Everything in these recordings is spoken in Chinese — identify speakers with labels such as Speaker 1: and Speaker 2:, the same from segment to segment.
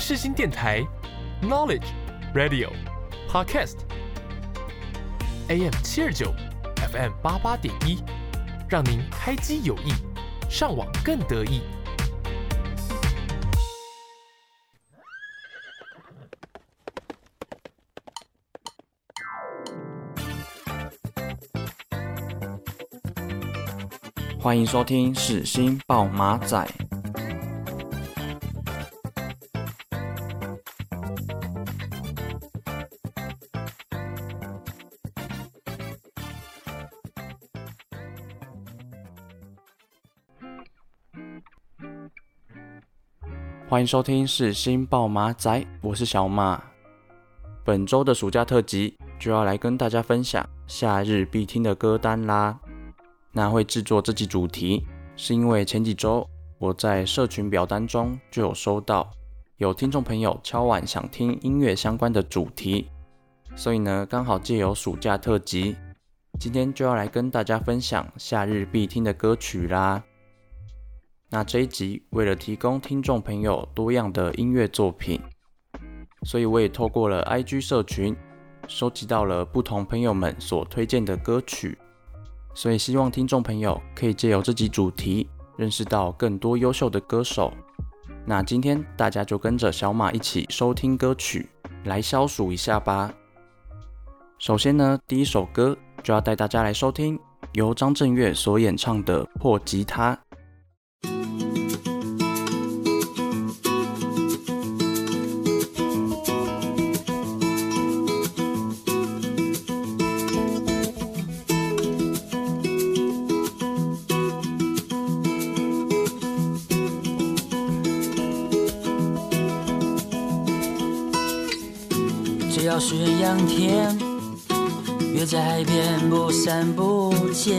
Speaker 1: 世新电台 Knowledge Radio Podcast AM 729 FM 88.1，让您开机有益，上网更得意。
Speaker 2: 欢迎收听世新爆马仔。欢迎收听世新爆马仔，我是小马。本周的暑假特辑就要来跟大家分享夏日必听的歌单啦。那会制作这集主题，是因为前几周我在社群表单中就有收到有听众朋友敲碗想听音乐相关的主题，所以呢，刚好借由暑假特辑，今天就要来跟大家分享夏日必听的歌曲啦。那这一集为了提供听众朋友多样的音乐作品，所以我也透过了 IG 社群收集到了不同朋友们所推荐的歌曲，所以希望听众朋友可以借由这集主题认识到更多优秀的歌手。那今天大家就跟着小马一起收听歌曲，来消暑一下吧。首先呢，第一首歌就要带大家来收听由张震岳所演唱的《破吉他》。
Speaker 3: 只要是艳阳天，约在海边不散不见，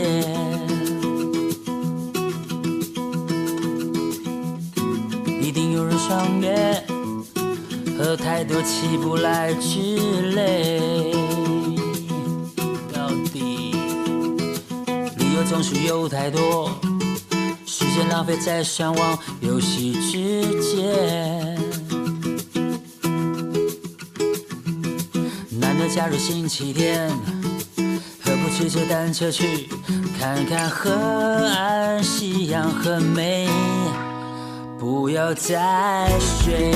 Speaker 3: 一定有人赏月，喝太多起不来之类。到底理由总是有太多，时间浪费在上网游戏之间。假如星期天，何不骑着单车去看看河岸，夕阳很美，不要再睡。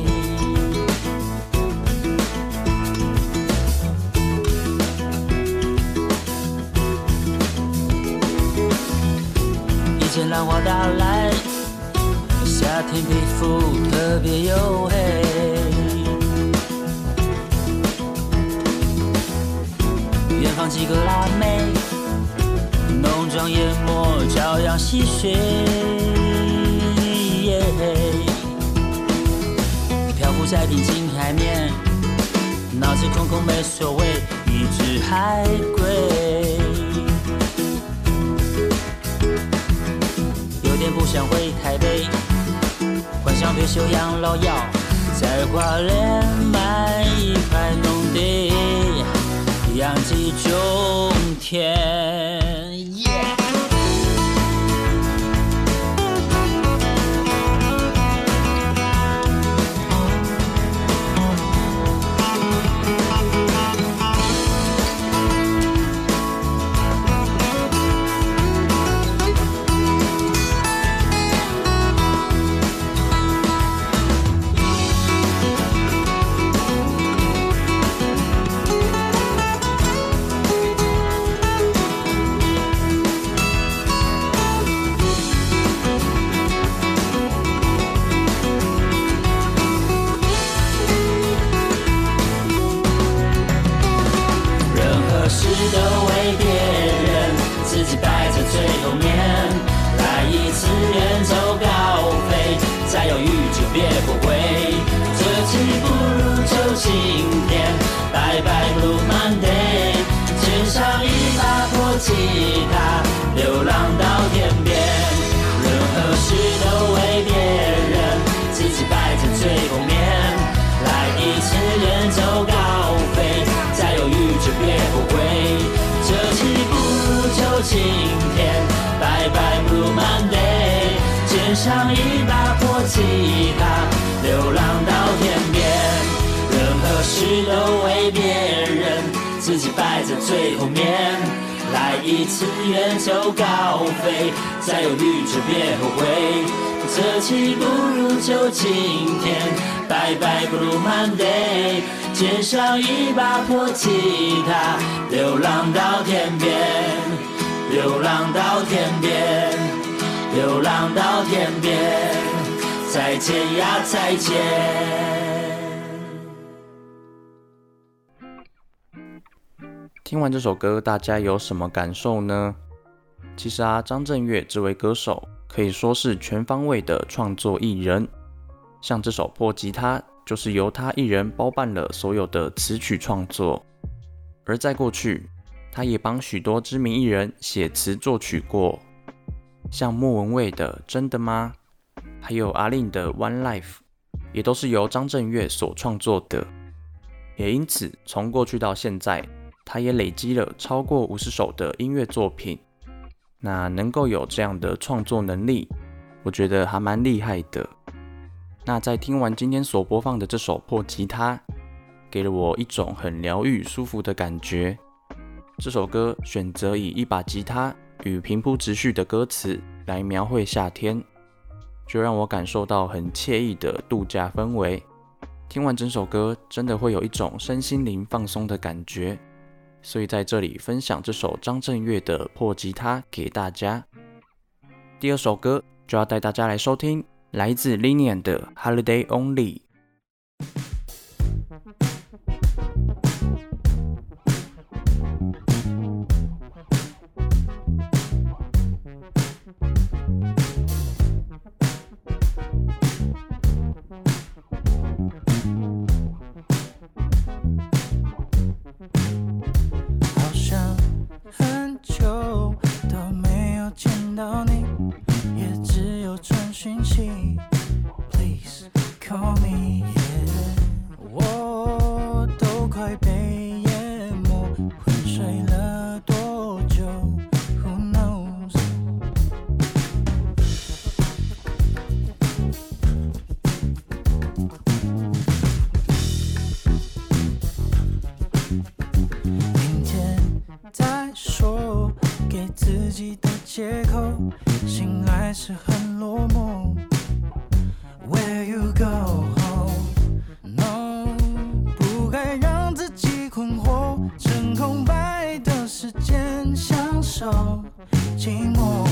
Speaker 3: 以前浪花打来，夏天皮肤特别黝黑，远方几个辣妹，浓妆艳抹照样戏水，漂浮在平静海面，脑子空空没所谓，一只海龟。有点不想回台北，幻想退休养老药，在花莲买一块农地，养鸡种田。吉他流浪到天边，任何事都为别人，自己摆在最后面，来一次远走高飞，再犹豫就别后悔，这期不如就今天，拜拜 Blue Monday， 肩上一把破吉他，流浪到天己摆在最后面。来一次远走高飞，再犹豫就别后悔。这期不如就今天，拜拜不如 Monday。肩上一把破吉他，流浪到天边，流浪到天边，流浪到天边。再见呀，再见。
Speaker 2: 听完这首歌，大家有什么感受呢？其实啊，张震岳这位歌手可以说是全方位的创作艺人。像这首破吉他，就是由他一人包办了所有的词曲创作。而在过去，他也帮许多知名艺人写词作曲过，像莫文蔚的《真的吗》，还有阿令的《One Life》，也都是由张震岳所创作的。也因此，从过去到现在，他也累积了超过50首的音乐作品。那能够有这样的创作能力，我觉得还蛮厉害的。那在听完今天所播放的这首破吉他，给了我一种很疗愈舒服的感觉。这首歌选择以一把吉他与平铺直叙的歌词来描绘夏天，就让我感受到很惬意的度假氛围。听完整首歌，真的会有一种身心灵放松的感觉。所以在这里分享这首张震岳的破吉他给大家。第二首歌就要带大家来收听来自 Linian 的 Holiday Only。
Speaker 4: 醒来时很落寞 Where you go No 不该让自己困惑趁空白的时间享受寂寞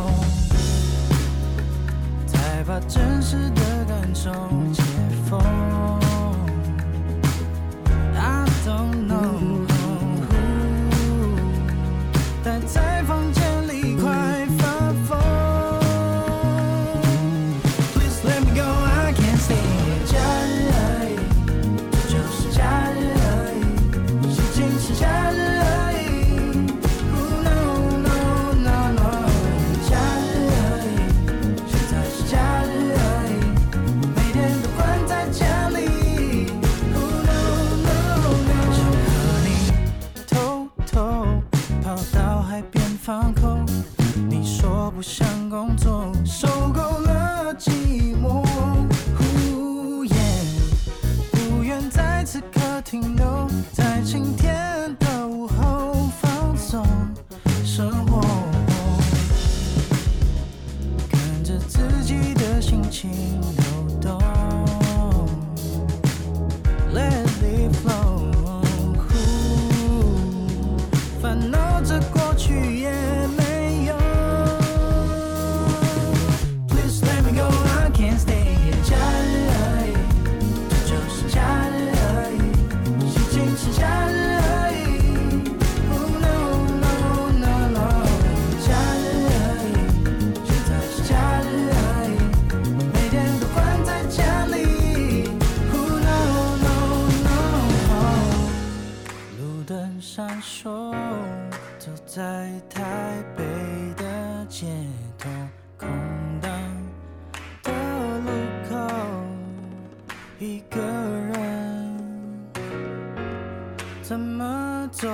Speaker 4: 才把真实的感受解封 I don't know 待在房间里快发疯 Please let me go I can't stay 假日而已这就是假日而已是仅是假日而已 No no no no 假日而已现在是假日而已每天都关在家里 No no no 想和你偷偷跑到海边放空你说不想工作受够了寂寞不愿在此刻停留在晴天的午后放松生活跟着自己的心情流动 Let it flow 烦恼着过去也没用 Please let me go I can't stay 假日而已这就是假日而已是仅是假日而已 No no no no 假日而已现在是假日而已每天都关在家里 No no no 路灯闪烁走在台北的街头空荡的路口一个人怎么走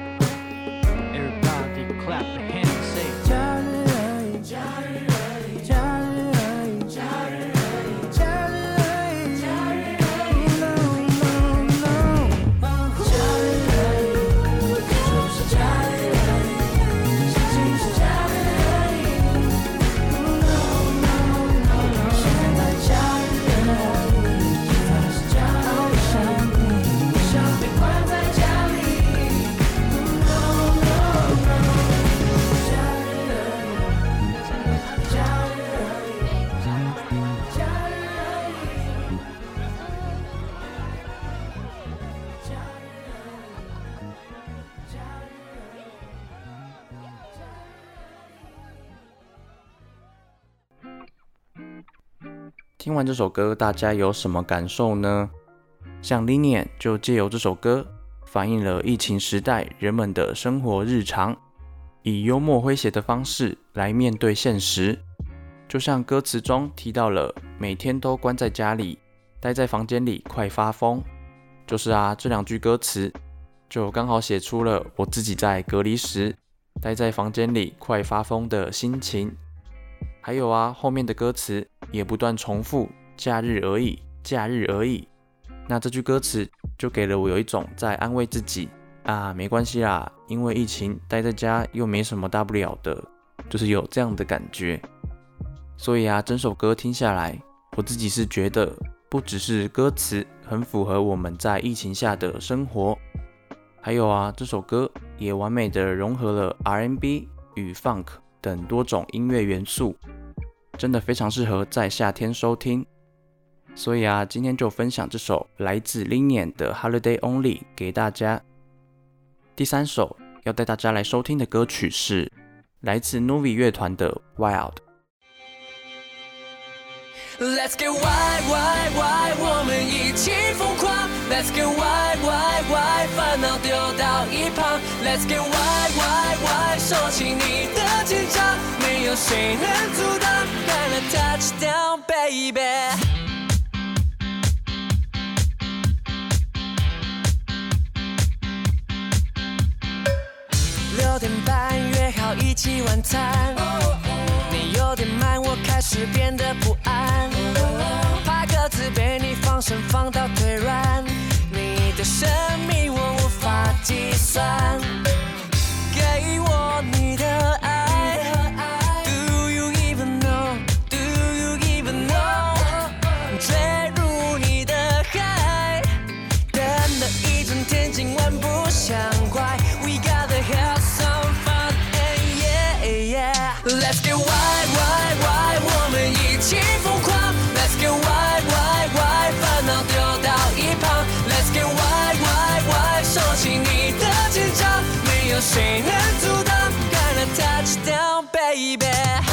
Speaker 3: Everybody clap your hands, say
Speaker 4: 假日而已假日而已假
Speaker 2: 听完这首歌，大家有什么感受呢？像 Linian 就借由这首歌，反映了疫情时代人们的生活日常，以幽默诙谐的方式来面对现实。就像歌词中提到了，每天都关在家里，待在房间里快发疯。就是这两句歌词就刚好写出了我自己在隔离时待在房间里快发疯的心情。还有后面的歌词也不断重复假日而已，假日而已。那这句歌词就给了我有一种在安慰自己没关系啦，因为疫情待在家又没什么大不了的，就是有这样的感觉。所以整首歌听下来，我自己是觉得不只是歌词很符合我们在疫情下的生活，还有这首歌也完美的融合了 R&B 与 Funk 等多种音乐元素，真的非常适合在夏天收听。所以今天就分享这首来自 Linian 的 Holiday Only 给大家。第三首要带大家来收听的歌曲是来自 Novi 乐团的
Speaker 3: Wild。Let's get wild, wild, wild， 我们一起疯狂。Let's get wild, wild, wild， 烦恼丢到一旁。Let's get wild, wild, wild， 收起你的紧张，没有谁能阻挡。Gonna touch down, baby。6点半约好一起晚餐。你有点慢，我开始变得不安，怕鸽子被你放生放到腿软，你的生命我无法计算，给我你的爱 Do you even know Do you even know 坠入你的海，等了一整天，今晚不想怪 We gotta have some fun and yeah Let's get wild, wild, wild， 我们一起疯狂。Let's get wild, wild, wild， 烦恼丢到一旁。Let's get wild, wild, wild， 收起你的紧张，没有谁能阻挡。Gonna touch down, baby。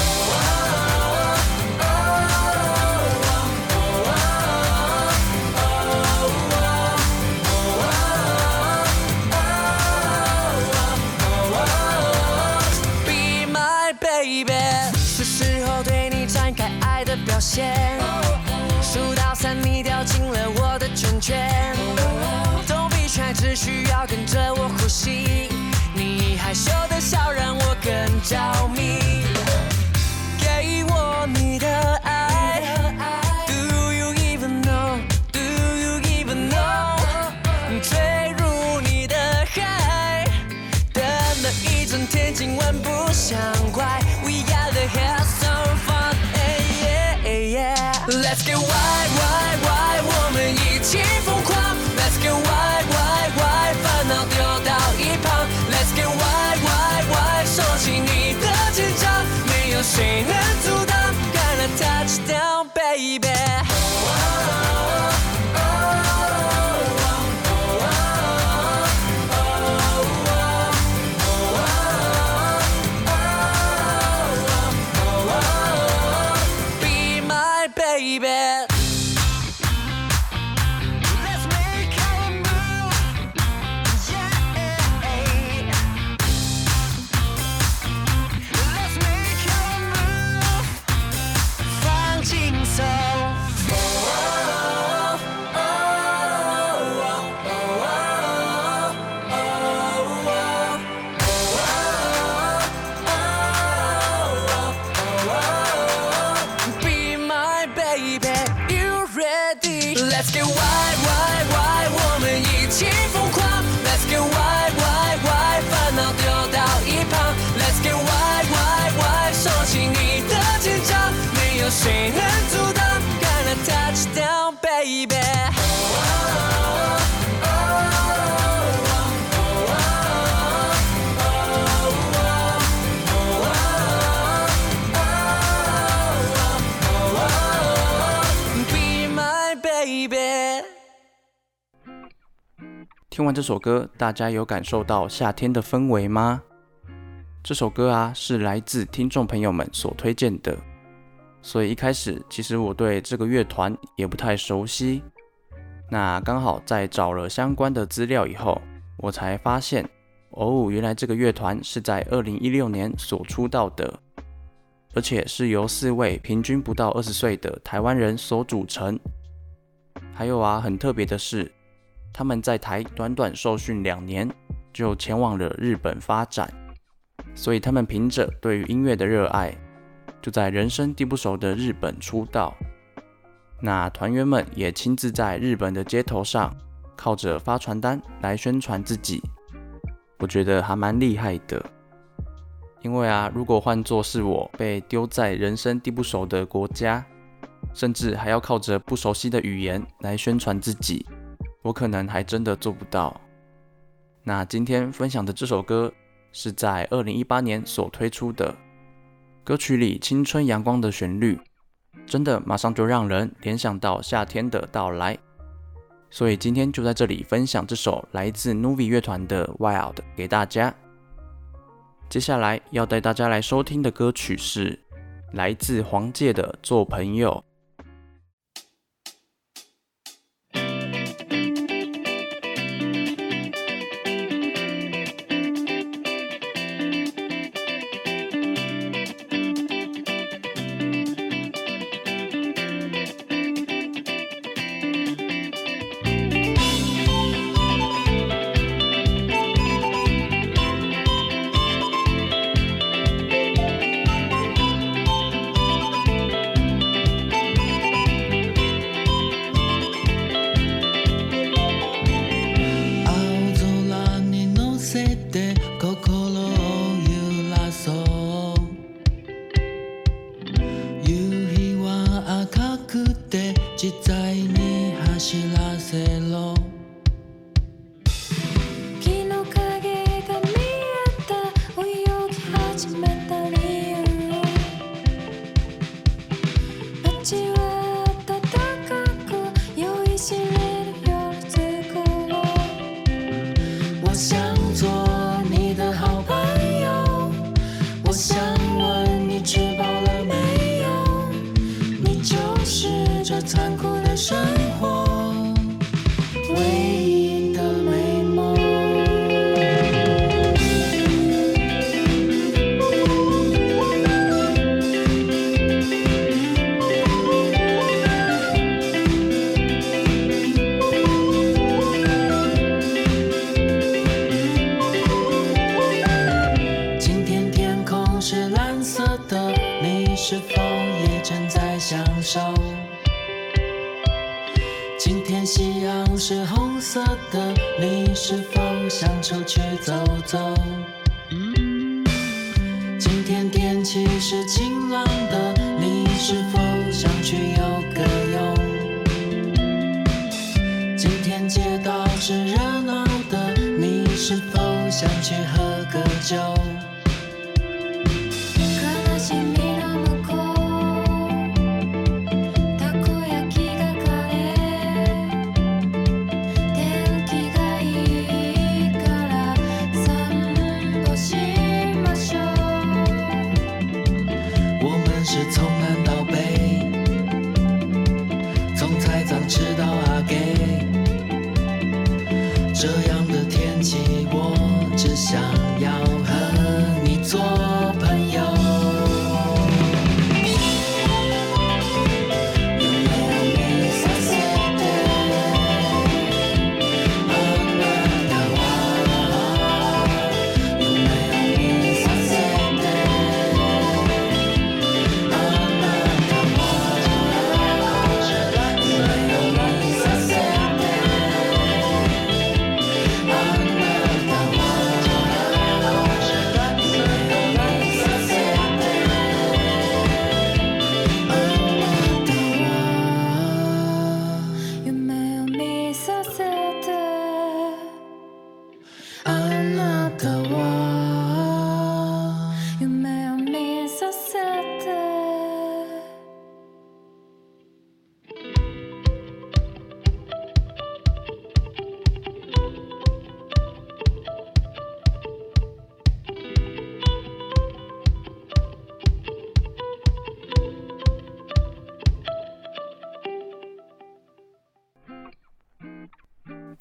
Speaker 3: 是时候对你展开爱的表现，数到3你掉进了我的圈圈， Don't be shy， 只需要跟着我呼吸，你害羞的笑让我更着迷，给我你的爱 Do you even know Do you even know 坠入你的海，等了一整天，今晚不想怪 We gotta have some fun and yeah Let's get wild, wild, wild， 我们一起疯狂。Let's get wild, wild, wild， 烦恼丢到一旁。Let's get wild, wild, wild， 收起你的紧张，没有谁能阻挡。Gonna touch down, baby。Let's get wild, wild, wild， 我们一起疯狂。Let's get wild, wild, wild， 烦恼丢到一旁。Let's get wild, wild, wild， 收起你的紧张，没有谁能阻挡。Gonna touch down, baby。
Speaker 2: 听完这首歌，大家有感受到夏天的氛围吗？这首歌是来自听众朋友们所推荐的， 所以一开始其实我对这个乐团也不太熟悉。那刚好在找了相关的资料以后，我才发现原来这个乐团是在2016年所出道的，而且是由4位平均不到20岁的台湾人所组成。还有很特别的是，他们在台短短受训2年就前往了日本发展，所以他们凭着对于音乐的热爱，就在人生地不熟的日本出道。那团员们也亲自在日本的街头上靠着发传单来宣传自己，我觉得还蛮厉害的。因为如果换作是我被丢在人生地不熟的国家，甚至还要靠着不熟悉的语言来宣传自己，我可能还真的做不到。那今天分享的这首歌是在2018年所推出的，歌曲里青春阳光的旋律真的马上就让人联想到夏天的到来，所以今天就在这里分享这首来自 Nuvi 乐团的 Wild 给大家。接下来要带大家来收听的歌曲是来自黄玠的做朋友。
Speaker 3: 今天夕阳是红色的，你是否想出去走走？今天天气是晴朗的，你是否想去游个泳？今天街道是热闹的，你是否想去喝个酒？是从南到北，从菜场吃到阿给，这样的天气我只想要和你做朋友。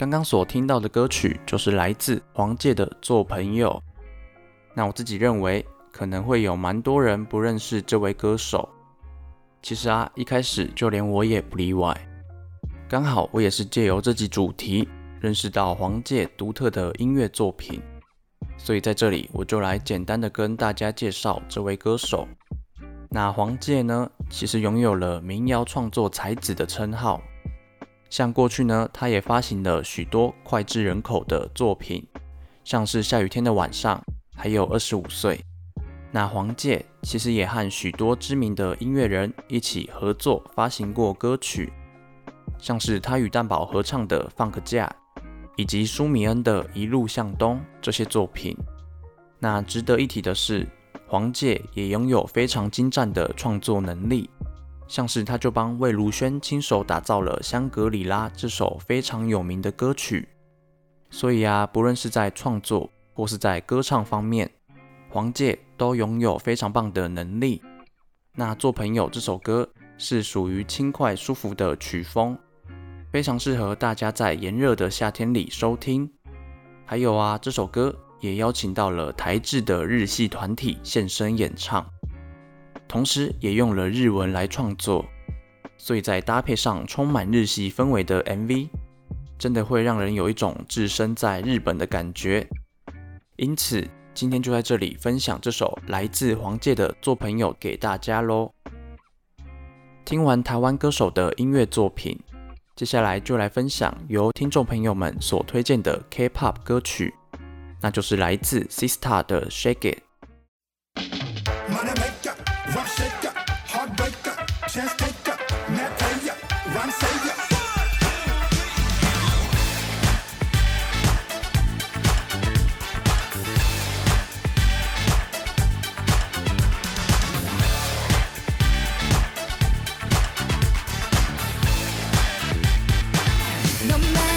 Speaker 2: 刚刚所听到的歌曲就是来自黄玠的《做朋友》。那我自己认为，可能会有蛮多人不认识这位歌手。其实啊，一开始就连我也不例外。刚好我也是借由这集主题，认识到黄玠独特的音乐作品，所以在这里我就来简单的跟大家介绍这位歌手。那黄玠呢，其实拥有了民谣创作才子的称号。像过去呢，他也发行了许多脍炙人口的作品，像是下雨天的晚上，还有25岁。那黄玠其实也和许多知名的音乐人一起合作发行过歌曲，像是他与蛋堡合唱的《放个假》，以及舒米恩的《一路向东》这些作品。那值得一提的是，黄玠也拥有非常精湛的创作能力，像是他就帮魏如萱亲手打造了《香格里拉》这首非常有名的歌曲。所以啊，不论是在创作或是在歌唱方面，黄玠都拥有非常棒的能力。那《做朋友》这首歌是属于轻快舒服的曲风，非常适合大家在炎热的夏天里收听。还有啊，这首歌也邀请到了台制的日系团体现身演唱，同时也用了日文来创作，所以在搭配上充满日系氛围的 MV， 真的会让人有一种置身在日本的感觉。因此今天就在这里分享这首来自黄玠的《做朋友》给大家咯。听完台湾歌手的音乐作品，接下来就来分享由听众朋友们所推荐的 K-pop 歌曲，那就是来自 Sistar 的 Shake It。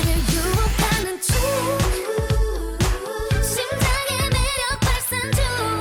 Speaker 5: 심장의 매력 발산 중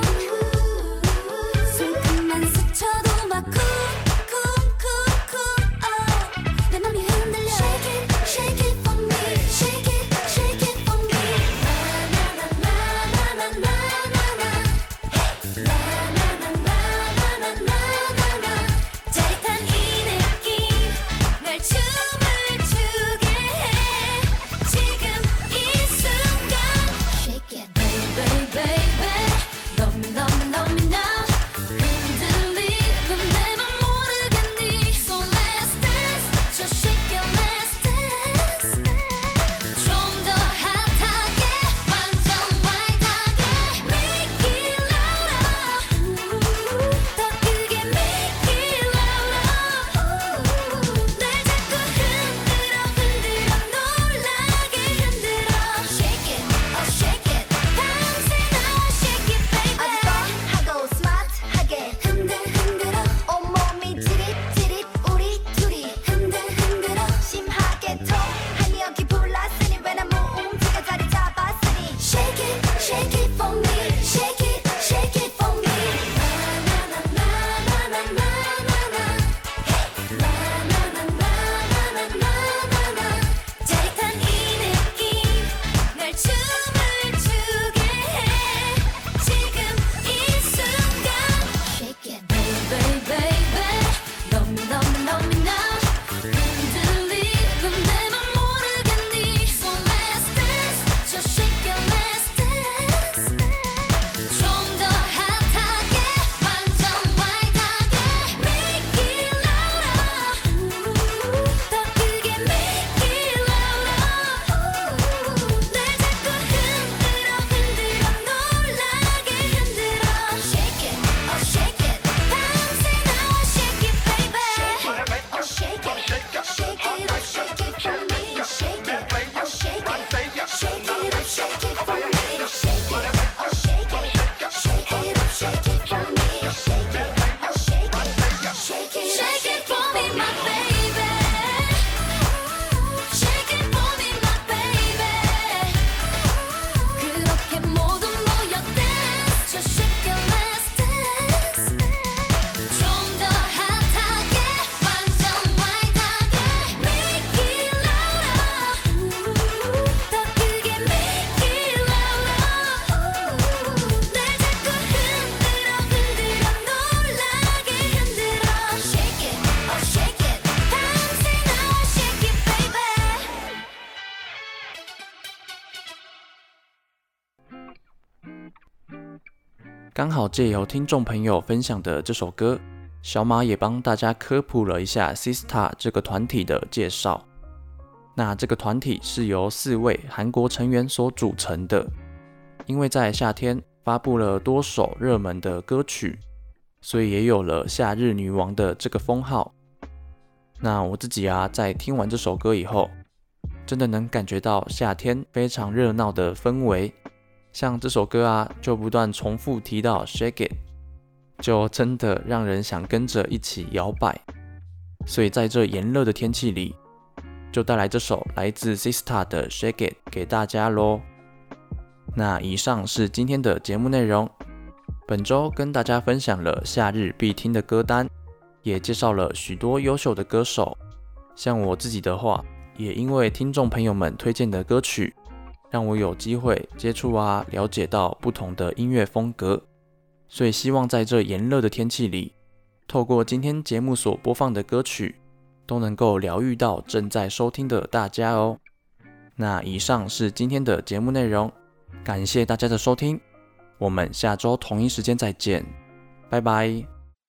Speaker 2: 刚好借由听众朋友分享的这首歌，小马也帮大家科普了一下 Sistar 这个团体的介绍。那这个团体是由4位韩国成员所组成的，因为在夏天发布了多首热门的歌曲，所以也有了夏日女王的这个封号。那我自己在听完这首歌以后，真的能感觉到夏天非常热闹的氛围。像这首歌就不断重复提到 Shake It， 就真的让人想跟着一起摇摆。所以在这炎热的天气里，就带来这首来自 Sistar 的 Shake It 给大家咯。那以上是今天的节目内容。本周跟大家分享了夏日必听的歌单，也介绍了许多优秀的歌手。像我自己的话，也因为听众朋友们推荐的歌曲，让我有机会接触了解到不同的音乐风格。所以希望在这炎热的天气里，透过今天节目所播放的歌曲，都能够疗愈到正在收听的大家哦。那以上是今天的节目内容，感谢大家的收听，我们下周同一时间再见，拜拜。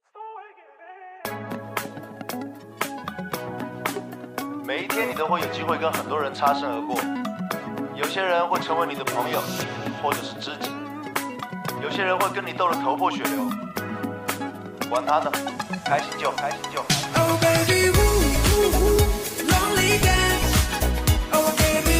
Speaker 5: 每一天你都会有机会跟很多人擦身而过，有些人会成为你的朋友，或者是知己，有些人会跟你斗得头破血流，管他呢，开心就开心就。
Speaker 4: Oh baby, lonely dance. Oh baby,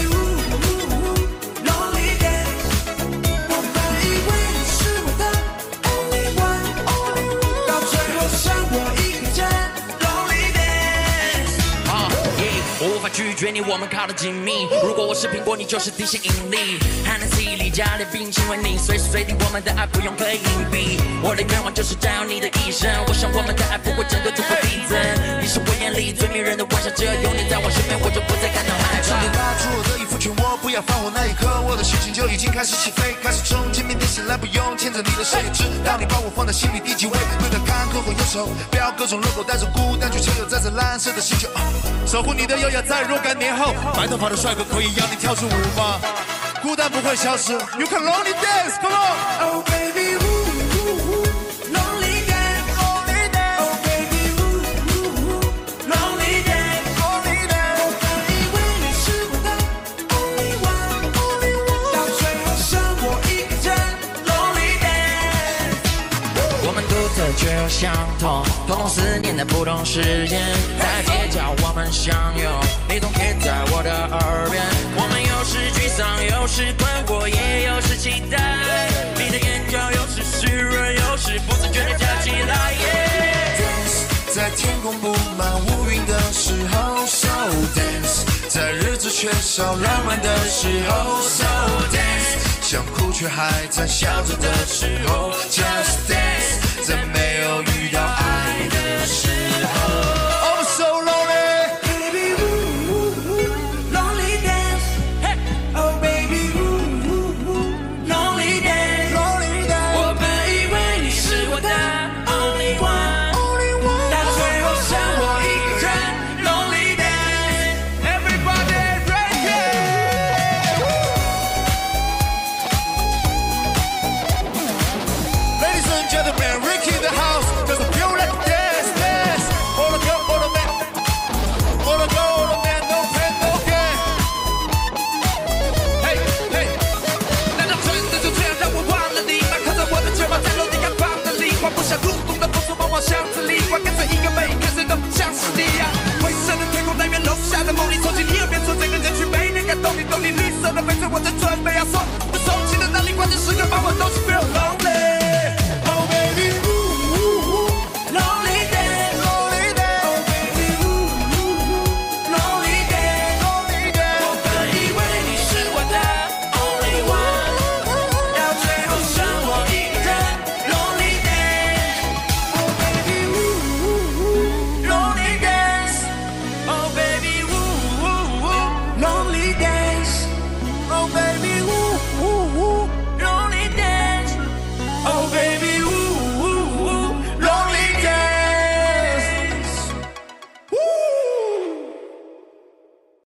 Speaker 4: lonely dance. 我本以为你是我的 only one， 到最后剩我一个人 lonely dance。
Speaker 6: 我无法拒绝你，我们靠得紧密。如果我是苹果，你就是地心引力。汉能 C 里加点冰淇淋，你随时随地，我们的爱不用刻意隐蔽。我的愿望就是占有你的一生，我想我们的爱不会整个突破递增。你是我眼里最迷人的晚霞，只要有你在我身边，我就不再感到害怕。
Speaker 5: 当你拉出我的衣服，劝我不要放火那一刻，我的心情就已经开始起飞，开始冲击。明天醒来不用牵着你的手，也知道你把我放在心里第几位。对待坎坷或忧愁，不要各种 logo， 带着孤单去车友，在这蓝色的星球，守护你的优雅在若干年后。白头发的帅哥可以邀你跳支舞吗？孤单不会消失 ，You can lonely dance, come on.
Speaker 4: Oh baby, lonely dance. Oh baby, lonely dance. 我本以为你是我的 only one， 到最后剩我一个人 lonely dance。
Speaker 6: 我们独特却又相同，通通思念的不同时间，在街角我们相拥，你总 hit 在我的耳边。我们有时沮丧，有时困惑，也有时期待。你的眼角有时湿润，有时不自觉地跳起来。
Speaker 5: Dance 在天空布满乌云的时候 ，So dance 在日子缺少浪漫的时候 ，So dance 想哭却还在笑着的时候 ，Just dance 在没有遇到爱的时候。I'm so lonely,
Speaker 4: Baby, lonely dance. Oh baby, lonely dance.
Speaker 5: lonely dance.
Speaker 6: 我本以为你是我的 only one，
Speaker 4: 到最后剩我一个人 lonely dance。
Speaker 5: Everybody ready? Ladies and gentlemen, Ricky in the house. There's a